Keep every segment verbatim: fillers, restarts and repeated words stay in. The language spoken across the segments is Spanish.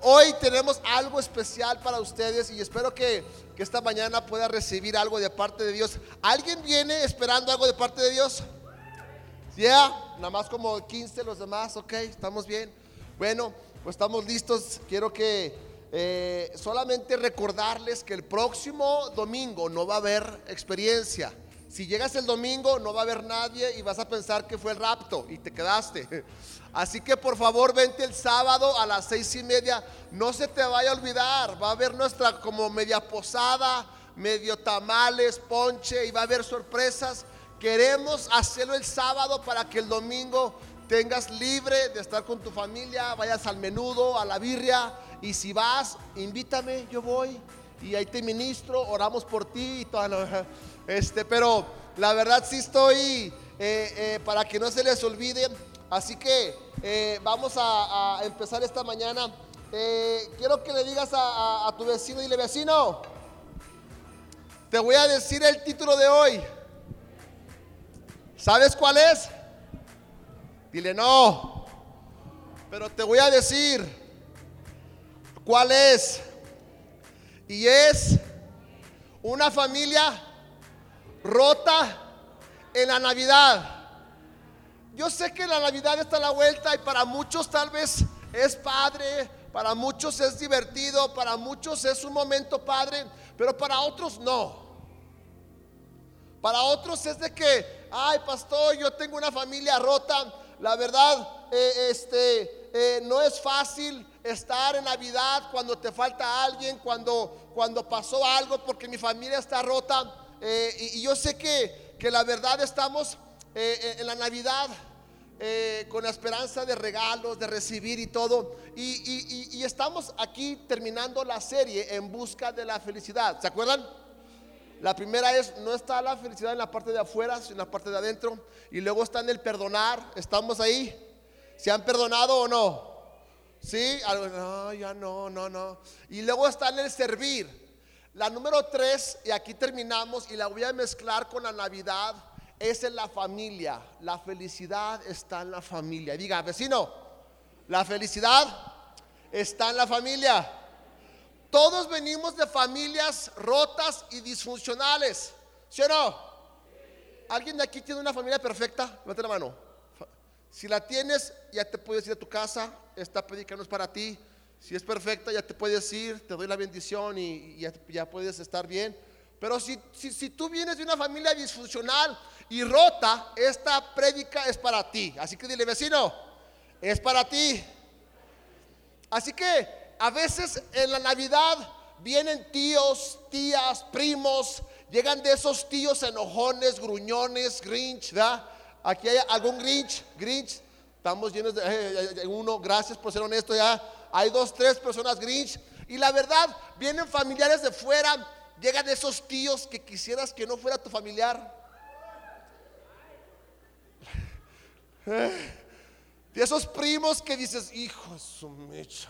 hoy tenemos algo especial para ustedes y espero que, que esta mañana pueda recibir algo de parte de Dios. ¿Alguien viene esperando algo de parte de Dios? Ya, yeah, nada más como quince los demás, ok, estamos bien. Bueno, pues estamos listos. Quiero que eh, solamente recordarles que el próximo domingo no va a haber experiencia. Si llegas el domingo no va a haber nadie y vas a pensar que fue el rapto y te quedaste. Así que por favor vente el sábado a las seis y media. No se te vaya a olvidar. Va a haber nuestra como media posada, medio tamales, ponche y va a haber sorpresas. Queremos hacerlo el sábado para que el domingo tengas libre de estar con tu familia. Vayas al menudo, a la birria. Y si vas, invítame, yo voy y ahí te ministro, oramos por ti y todo. Este, pero la verdad sí estoy eh, eh, para que no se les olvide. Así que eh, vamos a, a empezar esta mañana. eh, Quiero que le digas a, a, a tu vecino, dile: vecino, te voy a decir el título de hoy. ¿Sabes cuál es? Dile: no, pero te voy a decir cuál es. Y es una familia rota en la Navidad. Yo sé que la Navidad está a la vuelta y para muchos tal vez es padre, para muchos es divertido, para muchos es un momento padre, pero para otros no. Para otros es de que, ay pastor, yo tengo una familia rota. La verdad, eh, este, eh, no es fácil estar en Navidad cuando te falta alguien, cuando, cuando pasó algo, porque mi familia está rota. Eh, y, y yo sé que, que la verdad estamos eh, en la Navidad eh, con la esperanza de regalos, de recibir y todo. Y, y, y, y estamos aquí terminando la serie En Busca de la Felicidad. ¿Se acuerdan? La primera es: no está la felicidad en la parte de afuera, sino en la parte de adentro. Y luego está en el perdonar. ¿Estamos ahí? ¿Se han perdonado o no? Sí, no, ya no, no, no. Y luego está en el servir. La número tres, y aquí terminamos y la voy a mezclar con la Navidad, es en la familia. La felicidad está en la familia. Diga, vecino, la felicidad está en la familia. Todos venimos de familias rotas y disfuncionales, ¿sí o no? ¿Alguien de aquí tiene una familia perfecta? Levanta la mano. Si la tienes, ya te puedes ir a tu casa. Esta predica no es para ti. Si es perfecta, ya te puedes ir, te doy la bendición y, y ya, ya puedes estar bien. Pero si, si, si tú vienes de una familia disfuncional y rota, esta prédica es para ti. Así que dile: vecino, es para ti. Así que a veces en la Navidad vienen tíos, tías, primos. Llegan de esos tíos enojones, gruñones, grinch, ¿verdad? Aquí hay algún grinch, grinch. Estamos llenos de eh, uno, gracias por ser honesto. Ya hay dos, tres personas grinch. Y la verdad, vienen familiares de fuera. Llegan esos tíos que quisieras que no fuera tu familiar. Y esos primos que dices: hijo de su mecha.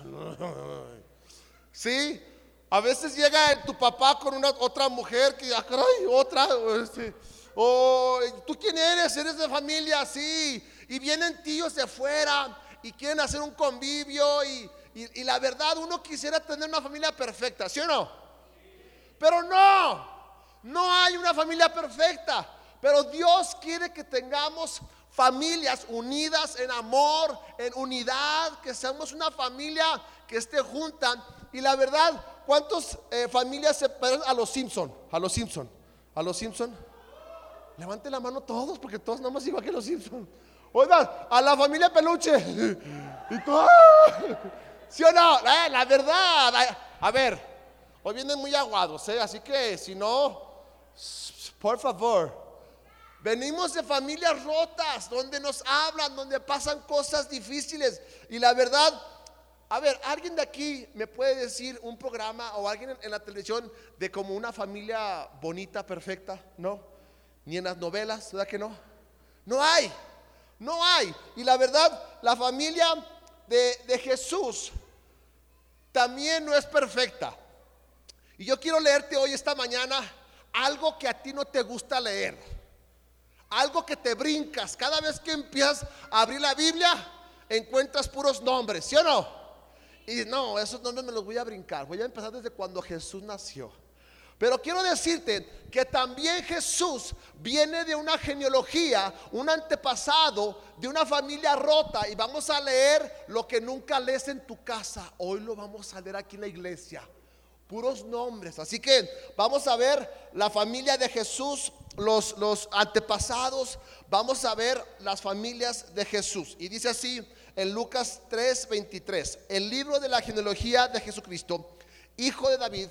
Sí, a veces llega tu papá con una otra mujer que, ah, caray, otra. O ¿tú quién eres? Eres de familia, sí. Y vienen tíos de fuera y quieren hacer un convivio y, y, y la verdad uno quisiera tener una familia perfecta, ¿sí o no? Pero no, no hay una familia perfecta. Pero Dios quiere que tengamos familias unidas en amor, en unidad, que seamos una familia que esté junta. Y la verdad, ¿cuántas eh, familias se parecen a los Simpson? A los Simpson, a los Simpson. Levante la mano todos, porque todos nada más igual que los Simpson. Oigan, a la familia Peluche. Y todo, ¿sí o no? Eh, la verdad. A ver, hoy vienen muy aguados, ¿eh? Así que si no, por favor. Venimos de familias rotas, donde nos hablan, donde pasan cosas difíciles. Y la verdad, a ver, ¿alguien de aquí me puede decir un programa o alguien en, en la televisión de como una familia bonita, perfecta? No. Ni en las novelas, ¿verdad que no? No hay, no hay. Y la verdad, la familia de, de Jesús también no es perfecta. Y yo quiero leerte hoy, esta mañana, algo que a ti no te gusta leer, algo que te brincas. Cada vez que empiezas a abrir la Biblia, encuentras puros nombres, ¿sí o no? Y no, esos nombres me los voy a brincar. Voy a empezar desde cuando Jesús nació. Pero quiero decirte que también Jesús viene de una genealogía, un antepasado de una familia rota. Y vamos a leer lo que nunca lees en tu casa. Hoy lo vamos a leer aquí en la iglesia. Puros nombres. Así que vamos a ver la familia de Jesús, los, los antepasados. Vamos a ver las familias de Jesús. Y dice así en Lucas tres veintitrés: el libro de la genealogía de Jesucristo, hijo de David,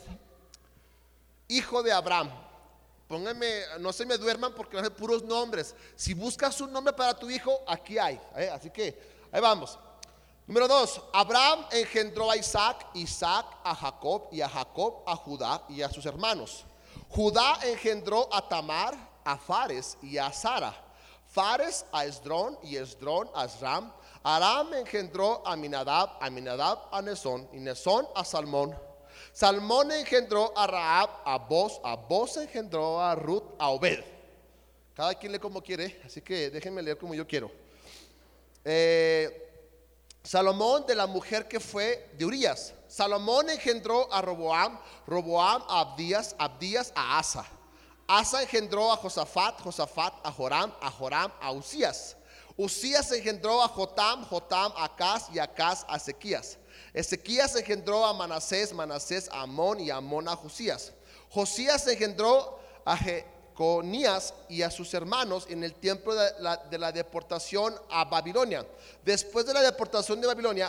hijo de Abraham. Pónganme, no se me duerman porque van a ser puros nombres. Si buscas un nombre para tu hijo, aquí hay, ¿eh? Así que ahí vamos. Número dos: Abraham engendró a Isaac, Isaac a Jacob, y a Jacob a Judá y a sus hermanos. Judá engendró a Tamar, a Fares y a Sara. Fares a Esdrón, y Esdrón a Asram. Aram engendró a Aminadab, Aminadab a Nesón, y Nesón a Salmón. Salmón engendró a Rahab, a Boz, a Boz engendró a Ruth, a Obed. Cada quien lee como quiere, así que déjenme leer como yo quiero. eh, Salomón de la mujer que fue de Urías. Salomón engendró a Roboam, Roboam a Abdías, Abdías a Asa. Asa engendró a Josafat, Josafat a Joram, a Joram a Usías. Usías engendró a Jotam, Jotam a Acaz, y Acaz a Ezequías. Ezequías engendró a Manasés, Manasés a Amón, y Amón a Josías. Josías engendró a Jeconías y a sus hermanos en el tiempo de la, de la deportación a Babilonia. Después de la deportación de Babilonia,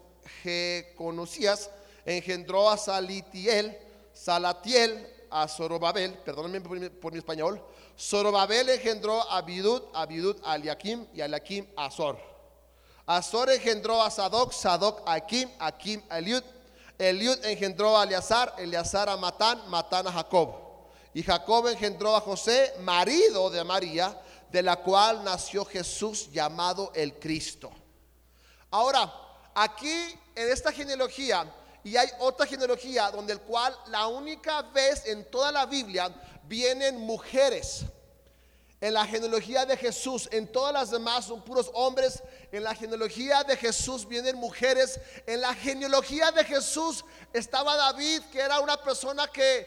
Jeconías engendró a Salatiel, Salatiel a Zorobabel, perdónenme por mi, por mi español. Zorobabel engendró a Abidud, Abidud a Eliakim, y a Eliakim a Azor. Azor engendró a Sadoc, Sadoc a Akim, Akim a Eliud. Eliud engendró a Eleazar, Eleazar a Matán, Matán a Jacob. Y Jacob engendró a José, marido de María, de la cual nació Jesús, llamado el Cristo. Ahora, aquí en esta genealogía, y hay otra genealogía donde el cual la única vez en toda la Biblia vienen mujeres. En la genealogía de Jesús, en todas las demás son puros hombres. En la genealogía de Jesús vienen mujeres. En la genealogía de Jesús estaba David, que era una persona que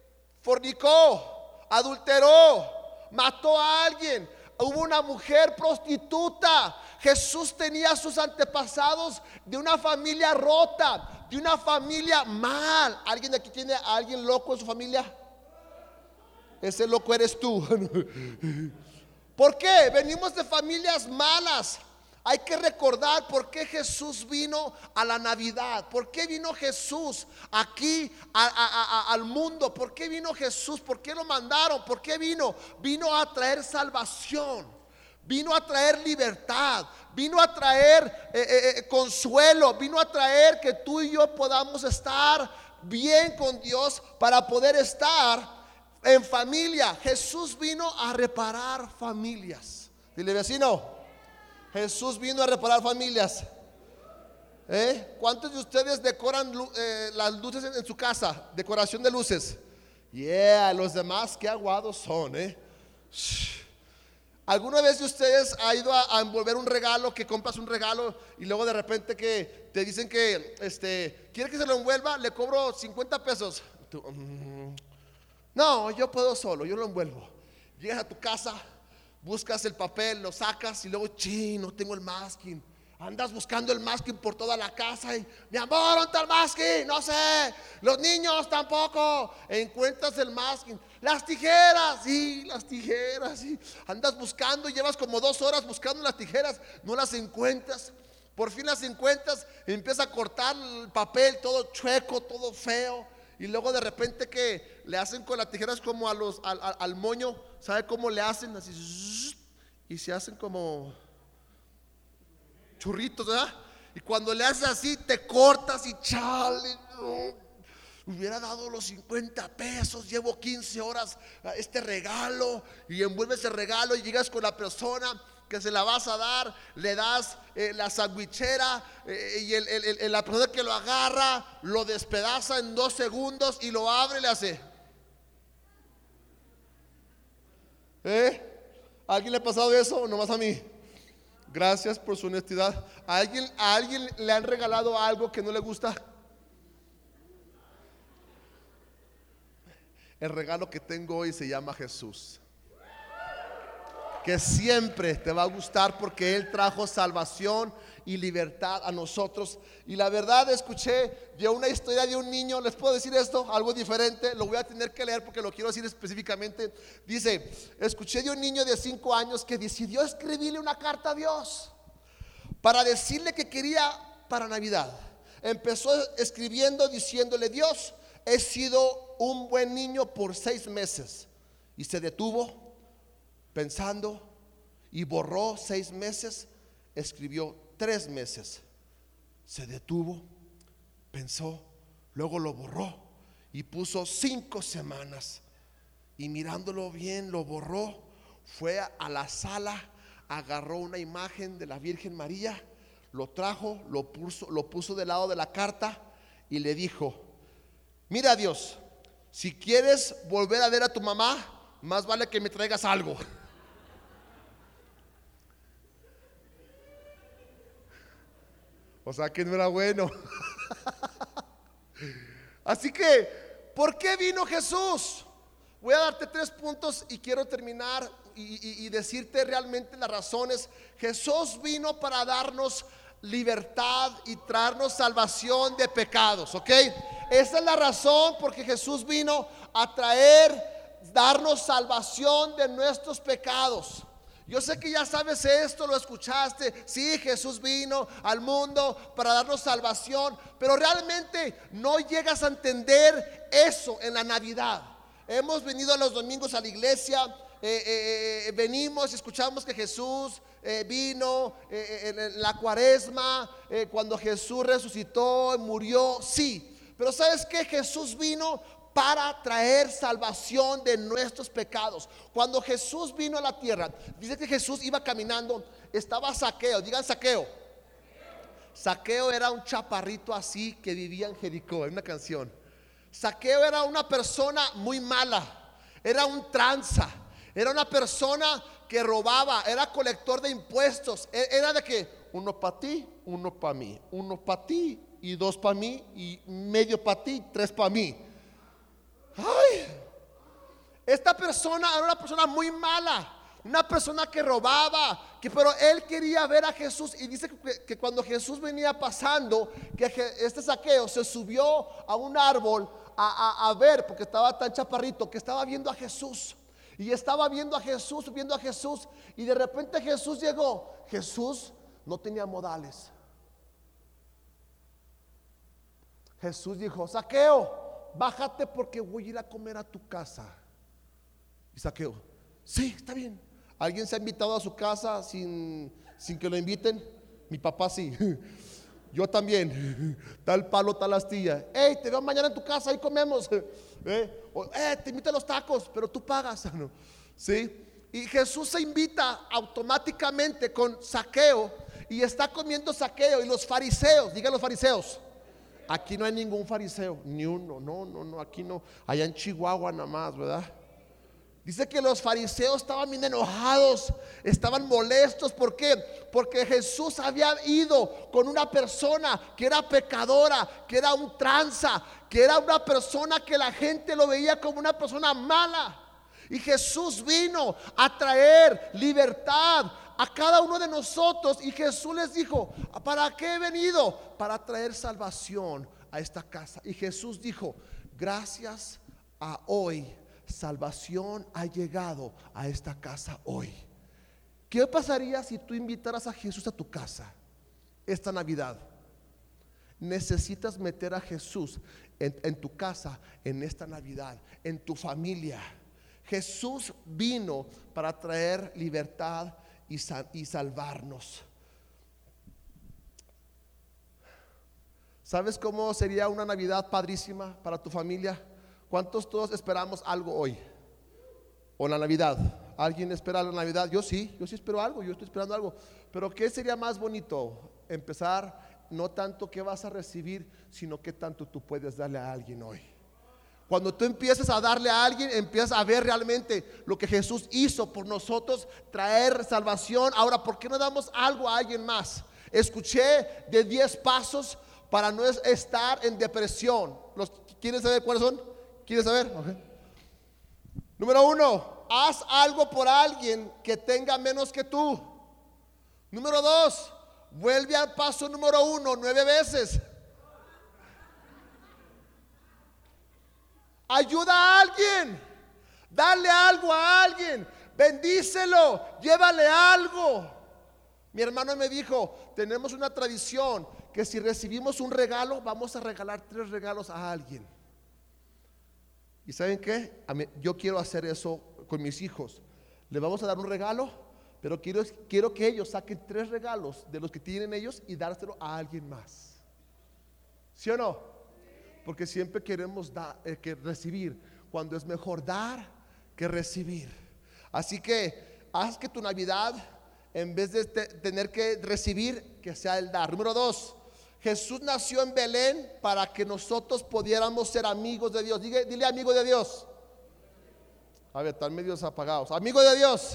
fornicó, adulteró, mató a alguien. Hubo una mujer prostituta. Jesús tenía sus antepasados de una familia rota, de una familia mal. ¿Alguien de aquí tiene a alguien loco en su familia? Ese loco eres tú. ¿Por qué? Venimos de familias malas. Hay que recordar por qué Jesús vino a la Navidad. ¿Por qué vino Jesús aquí a, a, a, al mundo? ¿Por qué vino Jesús? ¿Por qué lo mandaron? ¿Por qué vino? Vino a traer salvación. Vino a traer libertad. Vino a traer eh, eh, consuelo. Vino a traer que tú y yo podamos estar bien con Dios para poder estar en familia. Jesús vino a reparar familias. Dile, vecino, Jesús vino a reparar familias. ¿Eh? ¿Cuántos de ustedes decoran eh, las luces en, en su casa? Decoración de luces. Yeah, los demás qué aguados son, ¿eh? ¿Alguna vez de ustedes ha ido a, a envolver un regalo, que compras un regalo y luego de repente que te dicen que este, ¿quiere que se lo envuelva? Le cobro cincuenta pesos. Tú, um, No, yo puedo solo, yo lo envuelvo. Llegas a tu casa, buscas el papel, lo sacas y luego, chi, no tengo el masking. Andas buscando el masking por toda la casa y, mi amor, ¿dónde está el masking? No sé, los niños tampoco. Encuentras el masking. Las tijeras, sí, las tijeras, sí. Andas buscando y llevas como dos horas buscando las tijeras, no las encuentras. Por fin las encuentras, empieza a cortar el papel, todo chueco, todo feo. Y luego de repente que le hacen con las tijeras como a los, al, al, al moño. ¿Sabe cómo le hacen? Así, y se hacen como churritos, ¿verdad? Y cuando le haces así, te cortas y chale, no, hubiera dado los cincuenta pesos, llevo quince horas a este regalo. Y envuelves el regalo y llegas con la persona que se la vas a dar, le das eh, la sandwichera eh, y el, el, el, la persona que lo agarra lo despedaza en dos segundos y lo abre y le hace ¿eh? ¿A alguien le ha pasado eso o nomás a mí? Gracias por su honestidad. ¿A alguien, a alguien le han regalado algo que no le gusta? El regalo que tengo hoy se llama Jesús, que siempre te va a gustar porque Él trajo salvación y libertad a nosotros. Y la verdad, escuché de una historia de un niño. Les puedo decir esto, algo diferente, lo voy a tener que leer porque lo quiero decir específicamente. Dice, escuché de un niño de cinco años que decidió escribirle una carta a Dios para decirle que quería para Navidad. Empezó escribiendo diciéndole: Dios, he sido un buen niño por seis meses. Y se detuvo pensando y borró seis meses, escribió tres meses. Se detuvo, pensó, luego lo borró y puso cinco semanas. Y mirándolo bien, lo borró. Fue a la sala, agarró una imagen de la Virgen María, lo trajo, lo puso, lo puso del lado de la carta y le dijo: mira, Dios, si quieres volver a ver a tu mamá, más vale que me traigas algo. O sea que no era bueno. Así que, ¿por qué vino Jesús? Voy a darte tres puntos y quiero terminar y, y, y decirte realmente las razones. Jesús vino para darnos libertad y traernos salvación de pecados, ¿ok? Esa es la razón porque Jesús vino a traer, darnos salvación de nuestros pecados. Yo sé que ya sabes esto, lo escuchaste. Sí, Jesús vino al mundo para darnos salvación, pero realmente no llegas a entender eso en la Navidad. Hemos venido los domingos a la iglesia, eh, eh, eh, venimos y escuchamos que Jesús eh, vino eh, en la cuaresma, eh, cuando Jesús resucitó, murió, sí. Pero ¿sabes qué? Jesús vino para traer salvación de nuestros pecados. Cuando Jesús vino a la tierra, dice que Jesús iba caminando, estaba Zaqueo, digan Zaqueo. Zaqueo era un chaparrito así que vivía en Jericó, en una canción. Zaqueo era una persona muy mala, era un tranza, era una persona que robaba, era colector de impuestos. Era de que uno para ti, uno para mí, uno para ti y dos para mí y medio para ti, tres para mí. Ay, esta persona era una persona muy mala, una persona que robaba, que, pero él quería ver a Jesús. Y dice que, que cuando Jesús venía pasando, que este Zaqueo se subió a un árbol a, a, a ver, porque estaba tan chaparrito, que estaba viendo a Jesús. Y estaba viendo a Jesús, viendo a Jesús. Y de repente Jesús llegó. Jesús no tenía modales. Jesús dijo: Zaqueo, bájate porque voy a ir a comer a tu casa. Y Zaqueo: sí, está bien. ¿Alguien se ha invitado a su casa sin, sin que lo inviten? Mi papá sí. Yo también. Tal palo, tal astilla. Hey, te veo mañana en tu casa, ahí comemos. ¿Eh? O, eh, te invito a los tacos, pero tú pagas. ¿No? ¿Sí? Y Jesús se invita automáticamente con Zaqueo. Y está comiendo Zaqueo y los fariseos. Digan los fariseos. Aquí no hay ningún fariseo, ni uno, no, no, no, aquí no. Allá en Chihuahua nada más, ¿verdad? Dice que los fariseos estaban bien enojados, estaban molestos. ¿Por qué? Porque Jesús había ido con una persona que era pecadora, que era un tranza, que era una persona que la gente lo veía como una persona mala. Y Jesús vino a traer libertad a cada uno de nosotros. Y Jesús les dijo: ¿para qué he venido? Para traer salvación a esta casa. Y Jesús dijo: gracias a hoy, salvación ha llegado a esta casa hoy. ¿Qué pasaría si tú invitaras a Jesús a tu casa esta Navidad? Necesitas meter a Jesús en, en tu casa en esta Navidad, en tu familia. Jesús vino para traer libertad y, sal, y salvarnos. ¿Sabes cómo sería una Navidad padrísima para tu familia? ¿Cuántos todos esperamos algo hoy? O la Navidad. ¿Alguien espera la Navidad? Yo sí, yo sí espero algo, yo estoy esperando algo. Pero ¿qué sería más bonito? Empezar no tanto qué vas a recibir, sino qué tanto tú puedes darle a alguien hoy. Cuando tú empiezas a darle a alguien, empiezas a ver realmente lo que Jesús hizo por nosotros, traer salvación. Ahora, ¿por qué no damos algo a alguien más? Escuché de diez pasos para no estar en depresión. ¿Los quieren saber cuáles son? ¿Quieren saber? Okay. Número uno, haz algo por alguien que tenga menos que tú. Número dos, vuelve al paso número uno nueve veces. Ayuda a alguien, dale algo a alguien, bendícelo, llévale algo. Mi hermano me dijo, tenemos una tradición que si recibimos un regalo, vamos a regalar tres regalos a alguien. ¿Y saben qué? A mí, yo quiero hacer eso con mis hijos. Le vamos a dar un regalo, pero quiero, quiero que ellos saquen tres regalos de los que tienen ellos y dárselo a alguien más. ¿Sí o no? Porque siempre queremos dar, eh, que recibir, cuando es mejor dar que recibir. Así que haz que tu Navidad, en vez de te, tener que recibir, que sea el dar. Número dos, Jesús nació en Belén para que nosotros pudiéramos ser amigos de Dios. Dile, dile amigo de Dios. A ver, están medios apagados. Amigo de Dios.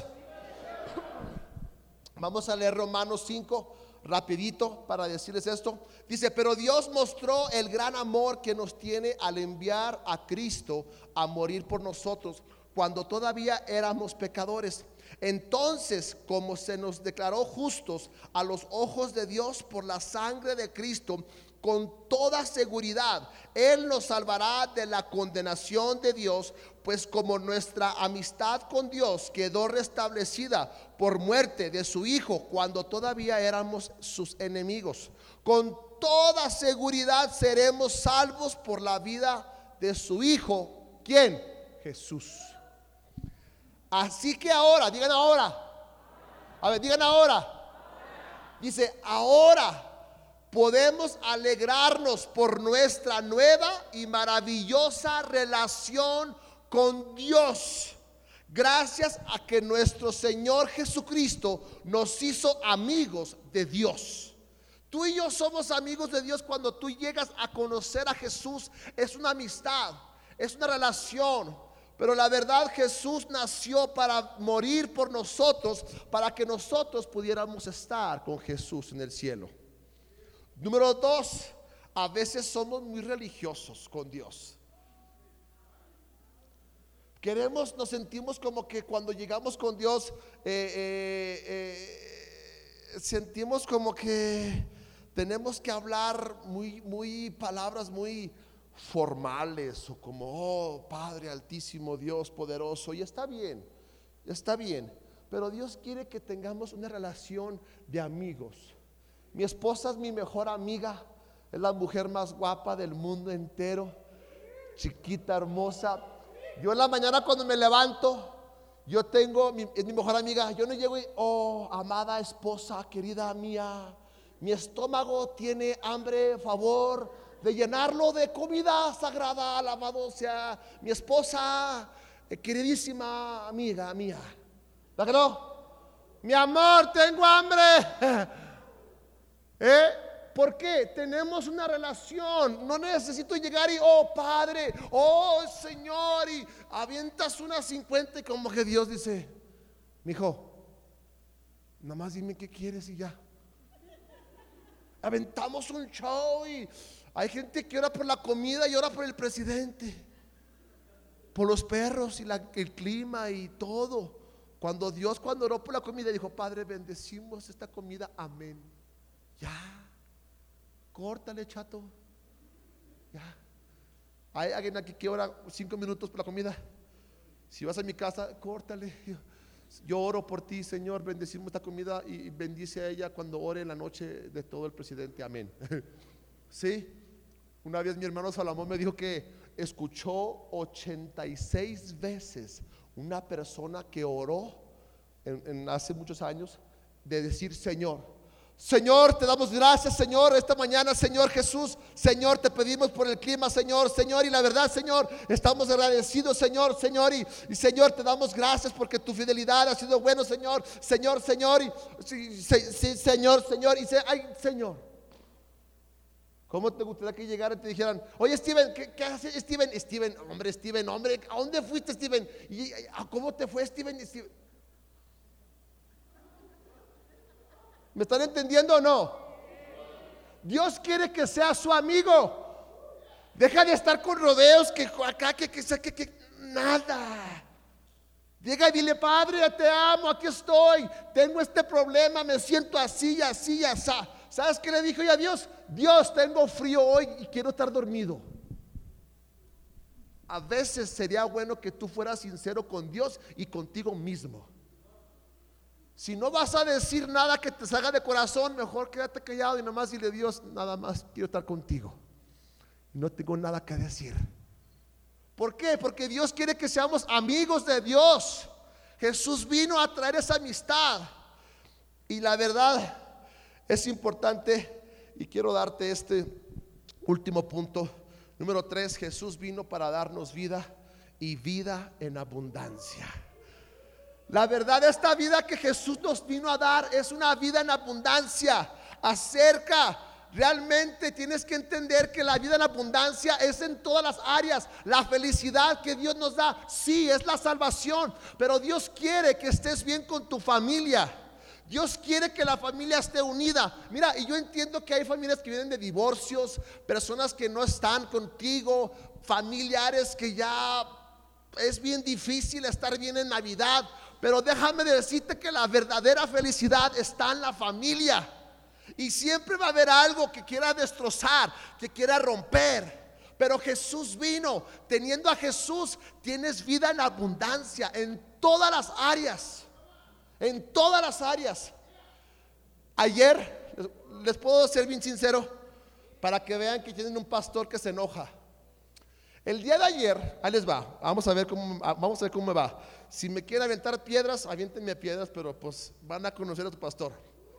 Vamos a leer Romanos cinco rapidito para decirles esto. Dice, pero Dios mostró el gran amor que nos tiene al enviar a Cristo a morir por nosotros cuando todavía éramos pecadores. Entonces, como se nos declaró justos a los ojos de Dios por la sangre de Cristo, con toda seguridad Él nos salvará de la condenación de Dios, pues como nuestra amistad con Dios quedó restablecida por muerte de su Hijo cuando todavía éramos sus enemigos, con toda seguridad seremos salvos por la vida de su Hijo. ¿Quién? Jesús. Así que ahora, digan ahora. A ver, digan ahora. Dice, ahora podemos alegrarnos por nuestra nueva y maravillosa relación con Dios, gracias a que nuestro Señor Jesucristo nos hizo amigos de Dios. Tú y yo somos amigos de Dios cuando tú llegas a conocer a Jesús. Es una amistad, es una relación. Pero la verdad, Jesús nació para morir por nosotros, para que nosotros pudiéramos estar con Jesús en el cielo. Número dos, a veces somos muy religiosos con Dios. Queremos, nos sentimos como que cuando llegamos con Dios, eh, eh, eh, sentimos como que tenemos que hablar muy, muy palabras muy formales, o como, oh Padre Altísimo, Dios poderoso. Y está bien, está bien, pero Dios quiere que tengamos una relación de amigos. Mi esposa es mi mejor amiga, es la mujer más guapa del mundo entero, chiquita, hermosa. Yo en la mañana cuando me levanto, yo tengo, es mi mejor amiga. Yo no llego y, oh, amada esposa, querida mía, mi estómago tiene hambre, favor de llenarlo de comida sagrada, alabado sea mi esposa, eh, queridísima amiga mía. ¿Verdad que no? Mi amor, tengo hambre. ¿Eh? ¿Por qué? Tenemos una relación. No necesito llegar y, oh Padre, oh Señor, y avientas unas cincuenta y como que Dios dice, mijo, nada más dime qué quieres y ya. Aventamos un show y hay gente que ora por la comida y ora por el presidente, por los perros y la, el clima y todo. Cuando Dios, cuando oró por la comida, dijo, Padre, bendecimos esta comida, amén. Ya. Córtale, chato. Ya. Hay alguien aquí que ora cinco minutos por la comida. Si vas a mi casa, córtale. Yo, yo oro por ti, Señor. Bendecimos esta comida y bendice a ella cuando ore en la noche de todo el presidente. Amén. Sí. Una vez mi hermano Salomón me dijo que escuchó ochenta y seis veces una persona que oró en, en hace muchos años de decir, Señor. Señor, te damos gracias, Señor, esta mañana, Señor Jesús. Señor, te pedimos por el clima, Señor, Señor, y la verdad, Señor, estamos agradecidos, Señor, Señor, y, y Señor, te damos gracias porque tu fidelidad ha sido bueno, Señor, Señor, Señor, y sí, sí, sí, Señor, Señor, y se, ay, Señor. ¿Cómo te gustaría que llegaran y te dijeran, oye Steven, ¿qué, qué haces Steven? Steven, hombre, Steven, hombre, ¿a dónde fuiste Steven? ¿Y, a, ¿Cómo te fue Steven? Steven? ¿Me están entendiendo o no? Dios quiere que seas su amigo. Deja de estar con rodeos que acá, que, que, que, que nada. Llega y dile, Padre, te amo, aquí estoy, tengo este problema, me siento así, así, así. ¿Sabes qué le dijo yo a Dios? Dios, tengo frío hoy y quiero estar dormido. A veces sería bueno que tú fueras sincero con Dios y contigo mismo. Si no vas a decir nada que te salga de corazón, mejor quédate callado y nomás dile, Dios, nada más quiero estar contigo. No tengo nada que decir. ¿Por qué? Porque Dios quiere que seamos amigos de Dios. Jesús vino a traer esa amistad. Y la verdad es importante, y quiero darte este último punto. Número tres, Jesús vino para darnos vida y vida en abundancia. La verdad, esta vida que Jesús nos vino a dar es una vida en abundancia. Acerca, realmente tienes que entender que la vida en abundancia es en todas las áreas. La felicidad que Dios nos da, sí, es la salvación, pero Dios quiere que estés bien con tu familia. Dios quiere que la familia esté unida. Mira, y yo entiendo que hay familias que vienen de divorcios, personas que no están contigo, familiares que ya es bien difícil estar bien en Navidad. Pero déjame decirte que la verdadera felicidad está en la familia. Y siempre va a haber algo que quiera destrozar, que quiera romper. Pero Jesús vino. Teniendo a Jesús, tienes vida en abundancia en todas las áreas. En todas las áreas. Ayer, les puedo ser bien sincero, para que vean que tienen un pastor que se enoja. El día de ayer, ahí les va, vamos a ver cómo, vamos a ver cómo me va. Si me quieren aventar piedras, aviéntenme piedras, pero pues van a conocer a tu pastor.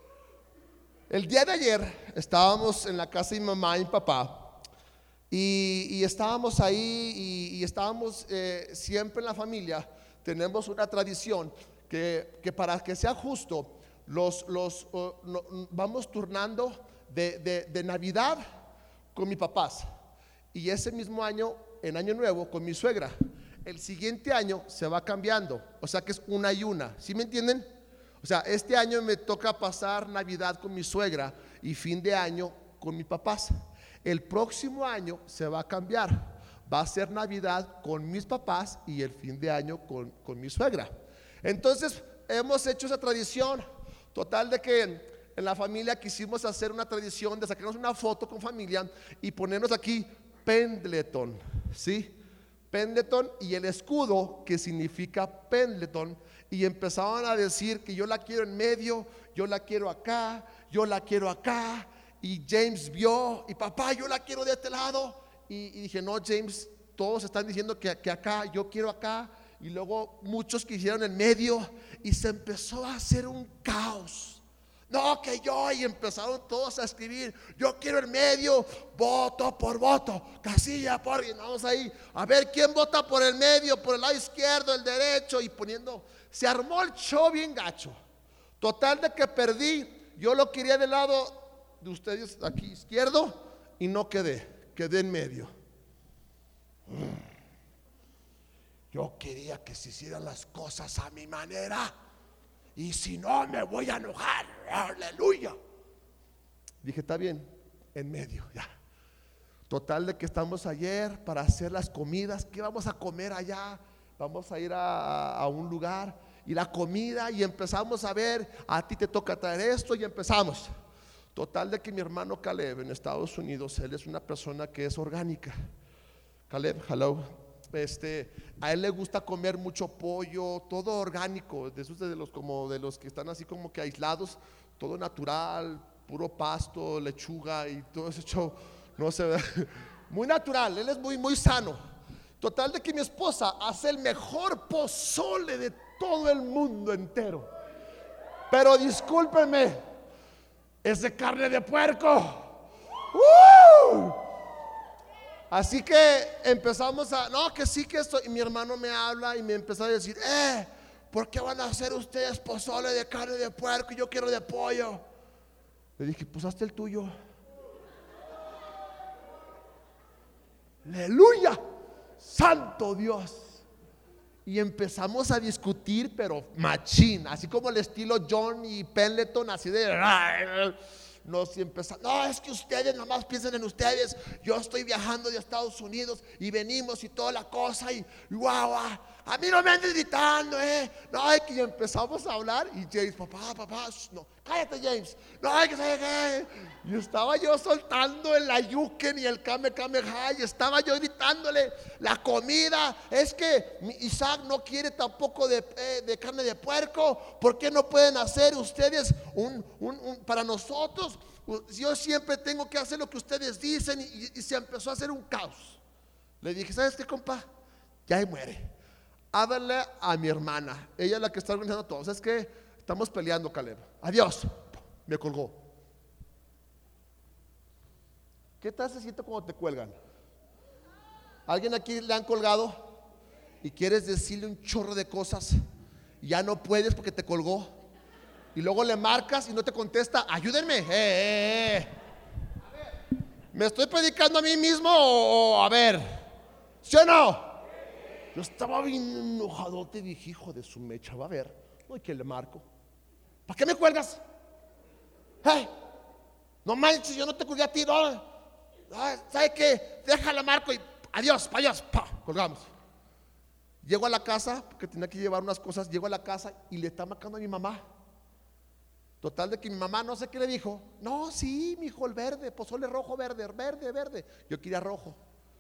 El día de ayer estábamos en la casa de mi mamá y mi papá, y, y estábamos ahí y, y estábamos eh, siempre en la familia. Tenemos una tradición que, que para que sea justo, los, los uh, no, vamos turnando de, de, de Navidad con mis papás, y ese mismo año, en Año Nuevo, con mi suegra. El siguiente año se va cambiando, o sea que es una y una. ¿Sí me entienden? O sea, este año me toca pasar Navidad con mi suegra y fin de año con mis papás. El próximo año se va a cambiar. Va a ser Navidad con mis papás y el fin de año con, con mi suegra. Entonces hemos hecho esa tradición. Total de que en la familia quisimos hacer una tradición de sacarnos una foto con familia y ponernos aquí Pendleton, ¿sí? Pendleton y el escudo que significa Pendleton. Y empezaban a decir que yo la quiero en medio, yo la quiero acá, yo la quiero acá. Y James vio, y papá, yo la quiero de este lado. Y, y dije, no, James, todos están diciendo que, que acá, yo quiero acá. Y luego muchos quisieron en medio, y se empezó a hacer un caos. No, que yo, y empezaron todos a escribir, yo quiero en medio, voto por voto, casilla por, y vamos ahí, a ver quién vota por el medio, por el lado izquierdo, el derecho, y poniendo, se armó el show bien gacho. Total de que perdí, yo lo quería del lado de ustedes aquí izquierdo, y no quedé, quedé en medio. Yo quería que se hicieran las cosas a mi manera, y si no me voy a enojar. Aleluya. Dije, está bien, en medio, ya. Total de que estamos ayer para hacer las comidas. ¿Qué vamos a comer allá? Vamos a ir a, a un lugar, y la comida, y empezamos a ver, a ti te toca traer esto, y empezamos. Total de que mi hermano Caleb en Estados Unidos, él es una persona que es orgánica. Caleb, hello. Este, a él le gusta comer mucho pollo, todo orgánico, de esos de los como de los que están así como que aislados, todo natural, puro pasto, lechuga y todo ese show, no se ve, muy natural, él es muy muy sano. Total de que mi esposa hace el mejor pozole de todo el mundo entero. Pero discúlpenme, es de carne de puerco. ¡Uh! Así que empezamos a, no, que sí que esto, y mi hermano me habla y me empezó a decir, eh, ¿por qué van a hacer ustedes pozole de carne de puerco y yo quiero de pollo? Le dije, pues hazte el tuyo. aleluya, santo Dios. Y empezamos a discutir, pero machín, así como el estilo John y Pendleton, así de nos empezamos. No, es que ustedes nada más piensen en ustedes. Yo estoy viajando de Estados Unidos y venimos y toda la cosa. Y guau, guau, a mí no me andes gritando, eh. No, es que ya empezamos a hablar. Y James, papá, papá, no, cállate, James. No, hay que saber qué. Y estaba yo soltando el ayuken y el kame kame ha. Y estaba yo gritándole la comida. Es que Isaac no quiere tampoco de, eh, de carne de puerco. ¿Por qué no pueden hacer ustedes un, un, un para nosotros? Yo siempre tengo que hacer lo que ustedes dicen. Y, y se empezó a hacer un caos. Le dije, ¿sabes qué, compa? Ya ahí muere. Háblale a mi hermana. Ella es la que está organizando todo. ¿Sabes qué? Estamos peleando, Caleb. Adiós. Me colgó. ¿Qué tal se siente cuando te cuelgan? ¿Alguien aquí le han colgado? Y quieres decirle un chorro de cosas y ya no puedes porque te colgó. Y luego le marcas y no te contesta. Ayúdenme. Eh, eh, eh. A ver, ¿me estoy predicando a mí mismo o a ver? ¿Sí o no? Yo estaba bien enojado. Te dije, hijo de su mecha, va a ver. No hay que le marco. ¿Para qué me cuelgas? Hey, no manches, yo no te colgué a ti, no. ¿Sabe qué? Déjala, marco y adiós, adiós. Pa, colgamos. Llego a la casa porque tenía que llevar unas cosas. Llego a la casa y le está marcando a mi mamá. Total de que mi mamá no sé qué le dijo. No, sí, mi hijo, el verde, pozole rojo, verde, verde, verde. Yo quería rojo.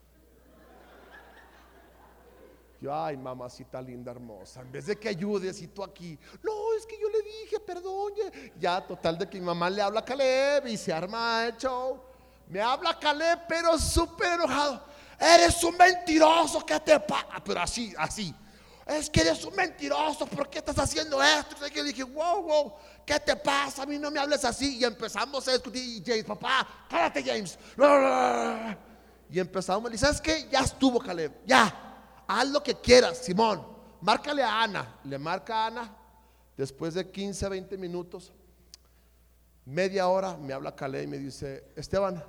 Yo, ay, mamacita linda, hermosa, en vez de que ayudes y tú aquí, no, es que yo le dije, perdón. Ya, total de que mi mamá le habla a Caleb y se arma el show. Me habla Caleb, pero súper enojado. Eres un mentiroso, ¿qué te pasa? Pero así, así. Es que eres un mentiroso, ¿por qué estás haciendo esto? Y yo dije, wow, wow, ¿qué te pasa? A mí no me hables así. Y empezamos a discutir. Y James, papá, cállate, James. Y empezamos, y ¿sabes qué? Ya estuvo, Caleb, ya. Haz lo que quieras, Simón. Márcale a Ana. Le marca a Ana. Después de quince, veinte minutos, media hora, me habla Caleb y me dice, Esteban,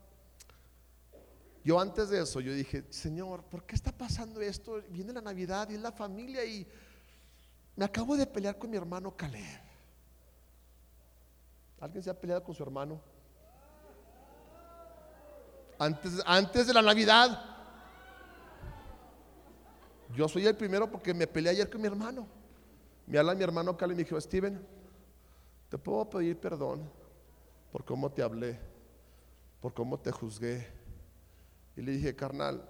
yo antes de eso, yo dije, Señor, ¿por qué está pasando esto? Viene la Navidad y es la familia y me acabo de pelear con mi hermano Caleb. ¿Alguien se ha peleado con su hermano? Antes, antes de la Navidad. Yo soy el primero porque me peleé ayer con mi hermano. Me habla mi hermano Caleb y me dijo, Steven, te puedo pedir perdón por cómo te hablé, por cómo te juzgué. Y le dije, carnal,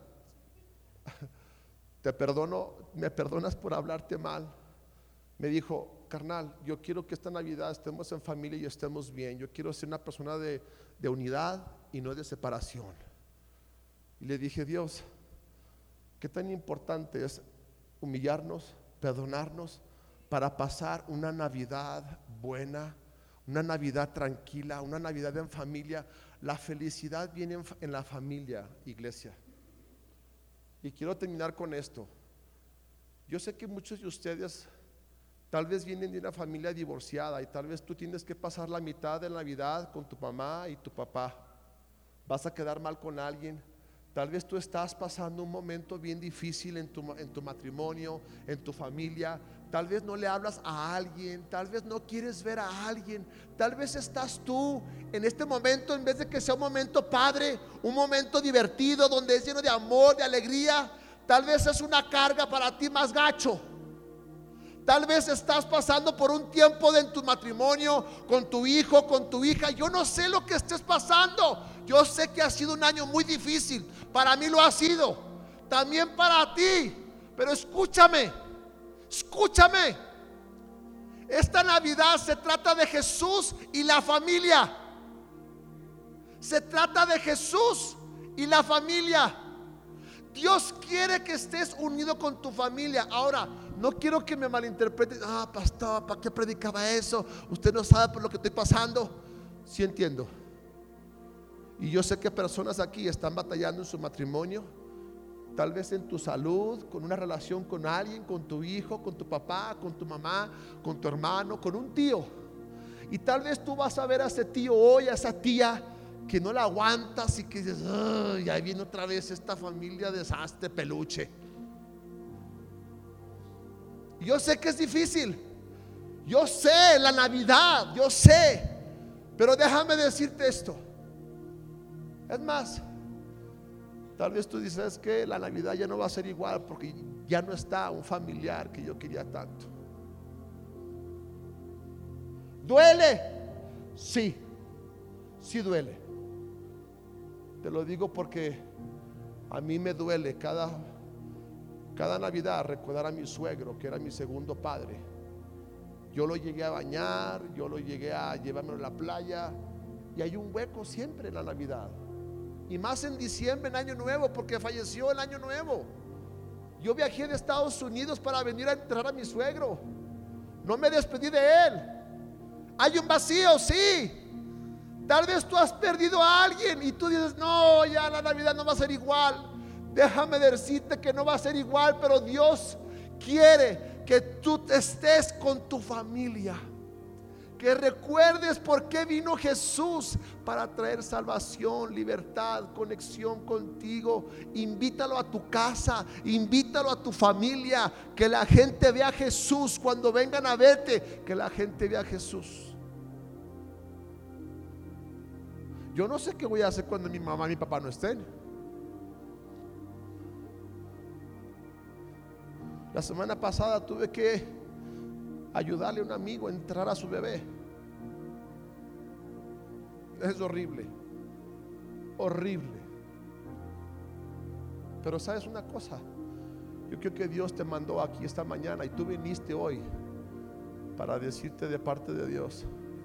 te perdono, me perdonas por hablarte mal. Me dijo, carnal, yo quiero que esta Navidad estemos en familia y estemos bien. Yo quiero ser una persona de, de unidad y no de separación. Y le dije, Dios, qué tan importante es humillarnos, perdonarnos para pasar una Navidad buena, una Navidad tranquila, una Navidad en familia. La felicidad viene en, en la familia, iglesia. Y quiero terminar con esto. Yo sé que muchos de ustedes tal vez vienen de una familia divorciada y tal vez tú tienes que pasar la mitad de la Navidad con tu mamá y tu papá. Vas a quedar mal con alguien. Tal vez tú estás pasando un momento bien difícil en tu, en tu matrimonio, en tu familia. Tal vez no le hablas a alguien, tal vez no quieres ver a alguien. Tal vez estás tú en este momento, en vez de que sea un momento padre, un momento divertido, donde es lleno de amor, de alegría, tal vez es una carga para ti más gacho. Tal vez estás pasando por un tiempo de en tu matrimonio, con tu hijo, con tu hija. Yo no sé lo que estés pasando. Yo sé que ha sido un año muy difícil. Para mí lo ha sido. También para ti. Pero escúchame, escúchame. Esta Navidad se trata de Jesús y la familia. Se trata de Jesús y la familia. Dios quiere que estés unido con tu familia. Ahora, no quiero que me malinterpreten. Ah, pastor, ¿para qué predicaba eso? Usted no sabe por lo que estoy pasando. Sí entiendo. Y yo sé que personas aquí están batallando en su matrimonio, tal vez en tu salud, con una relación con alguien, con tu hijo, con tu papá, con tu mamá, con tu hermano, con un tío. Y tal vez tú vas a ver a ese tío hoy, a esa tía que no la aguantas y que dices, ay, ahí viene otra vez esta familia desastre, peluche. Yo sé que es difícil, yo sé la Navidad, yo sé, pero déjame decirte esto. Es más, tal vez tú dices que la Navidad ya no va a ser igual porque ya no está un familiar que yo quería tanto. ¿Duele? Sí, sí duele. Te lo digo porque a mí me duele cada, cada Navidad recordar a mi suegro, que era mi segundo padre. Yo lo llegué a bañar, yo lo llegué a llevarme a la playa, y hay un hueco siempre en la Navidad. Y más en diciembre, en Año Nuevo, porque falleció el Año Nuevo. Yo viajé de Estados Unidos para venir a enterrar a mi suegro. No me despedí de él. Hay un vacío, sí. Tal vez tú has perdido a alguien y tú dices, no, ya la Navidad no va a ser igual. Déjame decirte que no va a ser igual, pero Dios quiere que tú estés con tu familia, que recuerdes por qué vino Jesús, para traer salvación, libertad, conexión contigo. Invítalo a tu casa, invítalo a tu familia, que la gente vea a Jesús cuando vengan a verte, que la gente vea a Jesús. Yo no sé qué voy a hacer cuando mi mamá y mi papá no estén. La semana pasada tuve que ayudarle a un amigo a entrar a su bebé. Es horrible, horrible. Pero sabes una cosa, yo creo que Dios te mandó aquí esta mañana y tú viniste hoy para decirte de parte de Dios: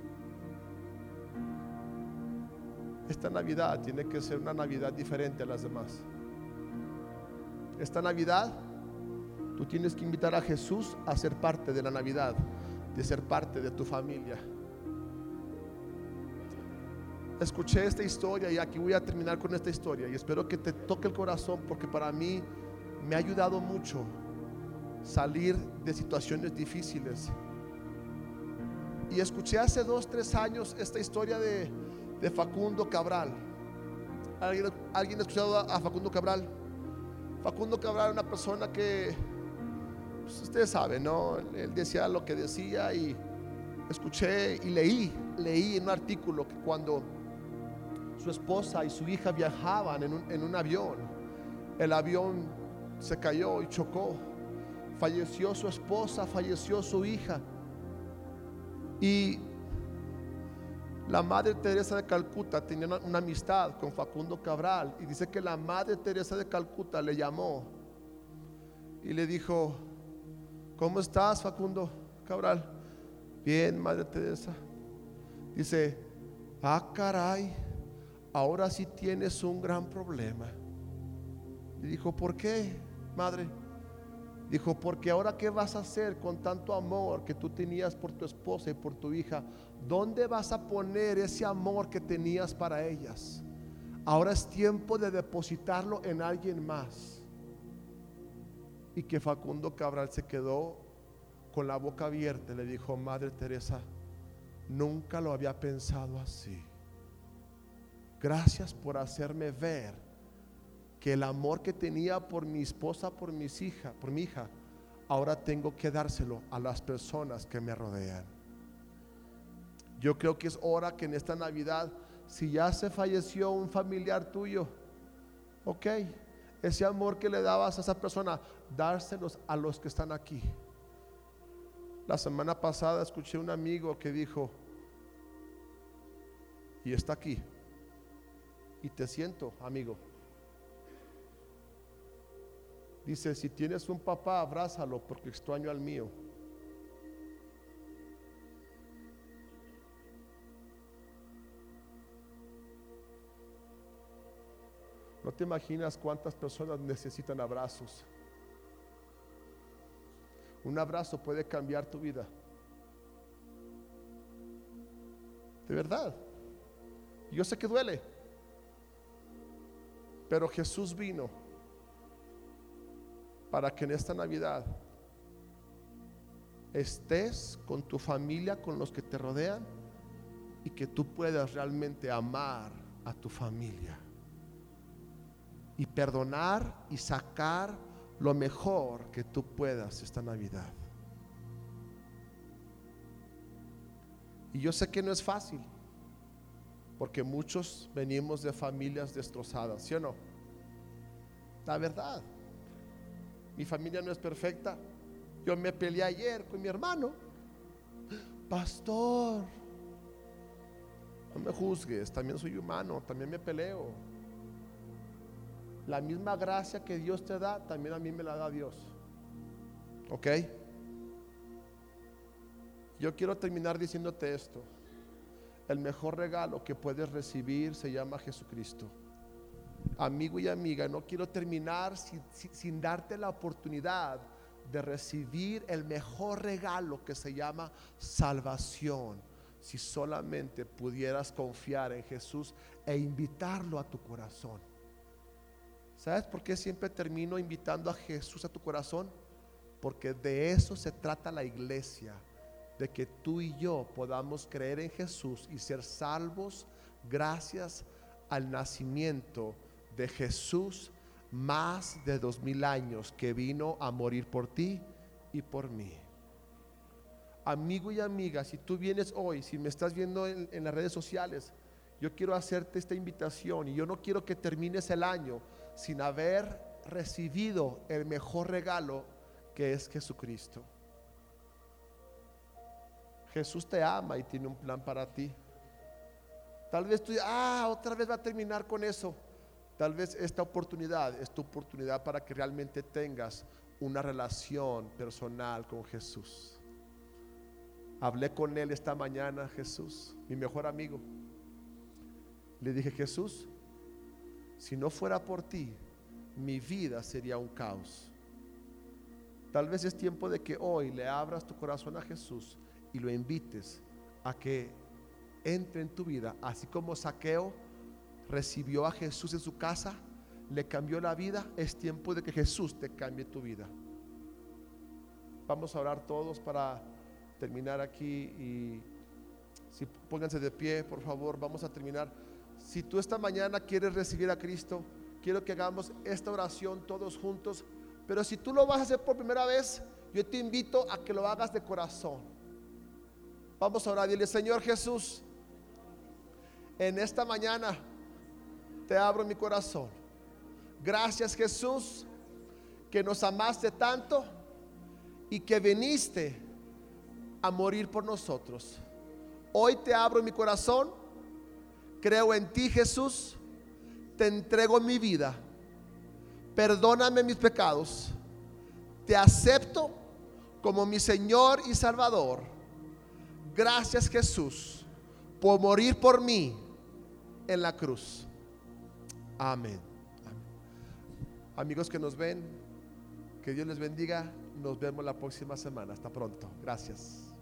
esta Navidad tiene que ser una Navidad diferente a las demás. Esta Navidad tú tienes que invitar a Jesús a ser parte de la Navidad, de ser parte de tu familia. Escuché esta historia y aquí voy a terminar con esta historia, y espero que te toque el corazón, porque para mí me ha ayudado mucho salir de situaciones difíciles. Y escuché hace dos, tres años esta historia de, de Facundo Cabral. ¿Alguien, ¿Alguien ha escuchado a, a Facundo Cabral? Facundo Cabral era una persona que, pues, ustedes saben, ¿no? Él decía lo que decía, y escuché y leí, leí en un artículo que cuando su esposa y su hija viajaban en un, en un avión, el avión se cayó y chocó. Falleció su esposa, falleció su hija. Y la Madre Teresa de Calcuta tenía una, una amistad con Facundo Cabral, y dice que la Madre Teresa de Calcuta le llamó y le dijo: ¿cómo estás, Facundo Cabral? Bien, Madre Teresa. Dice: ah, caray, ahora sí tienes un gran problema. Y dijo: ¿por qué, madre? Dijo: porque ahora qué vas a hacer con tanto amor que tú tenías por tu esposa y por tu hija. ¿Dónde vas a poner ese amor que tenías para ellas? Ahora es tiempo de depositarlo en alguien más. Y que Facundo Cabral se quedó con la boca abierta y le dijo: Madre Teresa, nunca lo había pensado así. Gracias por hacerme ver que el amor que tenía por mi esposa, por mis hijas, por mi hija, ahora tengo que dárselo a las personas que me rodean. Yo creo que es hora que en esta Navidad, si ya se falleció un familiar tuyo, ok, ese amor que le dabas a esa persona, dárselos a los que están aquí. La semana pasada escuché a un amigo que dijo, y está aquí, y te siento, amigo. Dice: si tienes un papá, abrázalo, porque extraño al mío. No te imaginas cuántas personas necesitan abrazos. Un abrazo puede cambiar tu vida. De verdad. Yo sé que duele, pero Jesús vino para que en esta Navidad estés con tu familia, con los que te rodean, y que tú puedas realmente amar a tu familia y perdonar y sacar lo mejor que tú puedas esta Navidad. Y yo sé que no es fácil, porque muchos venimos de familias destrozadas, ¿sí o no? La verdad, mi familia no es perfecta. Yo me peleé ayer con mi hermano. Pastor, no me juzgues, también soy humano, también me peleo. La misma gracia que Dios te da, también a mí me la da Dios. ¿Ok? Yo quiero terminar diciéndote esto. El mejor regalo que puedes recibir se llama Jesucristo. Amigo y amiga, no quiero terminar sin, sin, sin darte la oportunidad de recibir el mejor regalo que se llama salvación. Si solamente pudieras confiar en Jesús e invitarlo a tu corazón. ¿Sabes por qué siempre termino invitando a Jesús a tu corazón? Porque de eso se trata la iglesia, de que tú y yo podamos creer en Jesús y ser salvos gracias al nacimiento de Jesús, más de dos mil años, que vino a morir por ti y por mí. Amigo y amiga, si tú vienes hoy, si me estás viendo en, en las redes sociales, yo quiero hacerte esta invitación, y yo no quiero que termines el año sin haber recibido el mejor regalo, que es Jesucristo. Jesús te ama y tiene un plan para ti. Tal vez tú digas, ah, otra vez va a terminar con eso. Tal vez esta oportunidad es tu oportunidad para que realmente tengas una relación personal con Jesús. Hablé con él esta mañana, Jesús, mi mejor amigo. Le dije, Jesús, si no fuera por ti, mi vida sería un caos. Tal vez es tiempo de que hoy le abras tu corazón a Jesús y lo invites a que entre en tu vida, así como Zaqueo recibió a Jesús en su casa, le cambió la vida. Es tiempo de que Jesús te cambie tu vida. Vamos a orar todos para terminar aquí, y si pónganse de pie, por favor. Vamos a terminar. Si tú esta mañana quieres recibir a Cristo, quiero que hagamos esta oración todos juntos. Pero si tú lo vas a hacer por primera vez, yo te invito a que lo hagas de corazón. Vamos a orar. Dile, Señor Jesús, en esta mañana te abro mi corazón. Gracias, Jesús, que nos amaste tanto y que viniste a morir por nosotros. Hoy te abro mi corazón. Creo en ti, Jesús. Te entrego mi vida. Perdóname mis pecados. Te acepto como mi Señor y Salvador. Gracias, Jesús, por morir por mí en la cruz. Amén. Amén. Amigos que nos ven, que Dios les bendiga. Nos vemos la próxima semana. Hasta pronto. Gracias.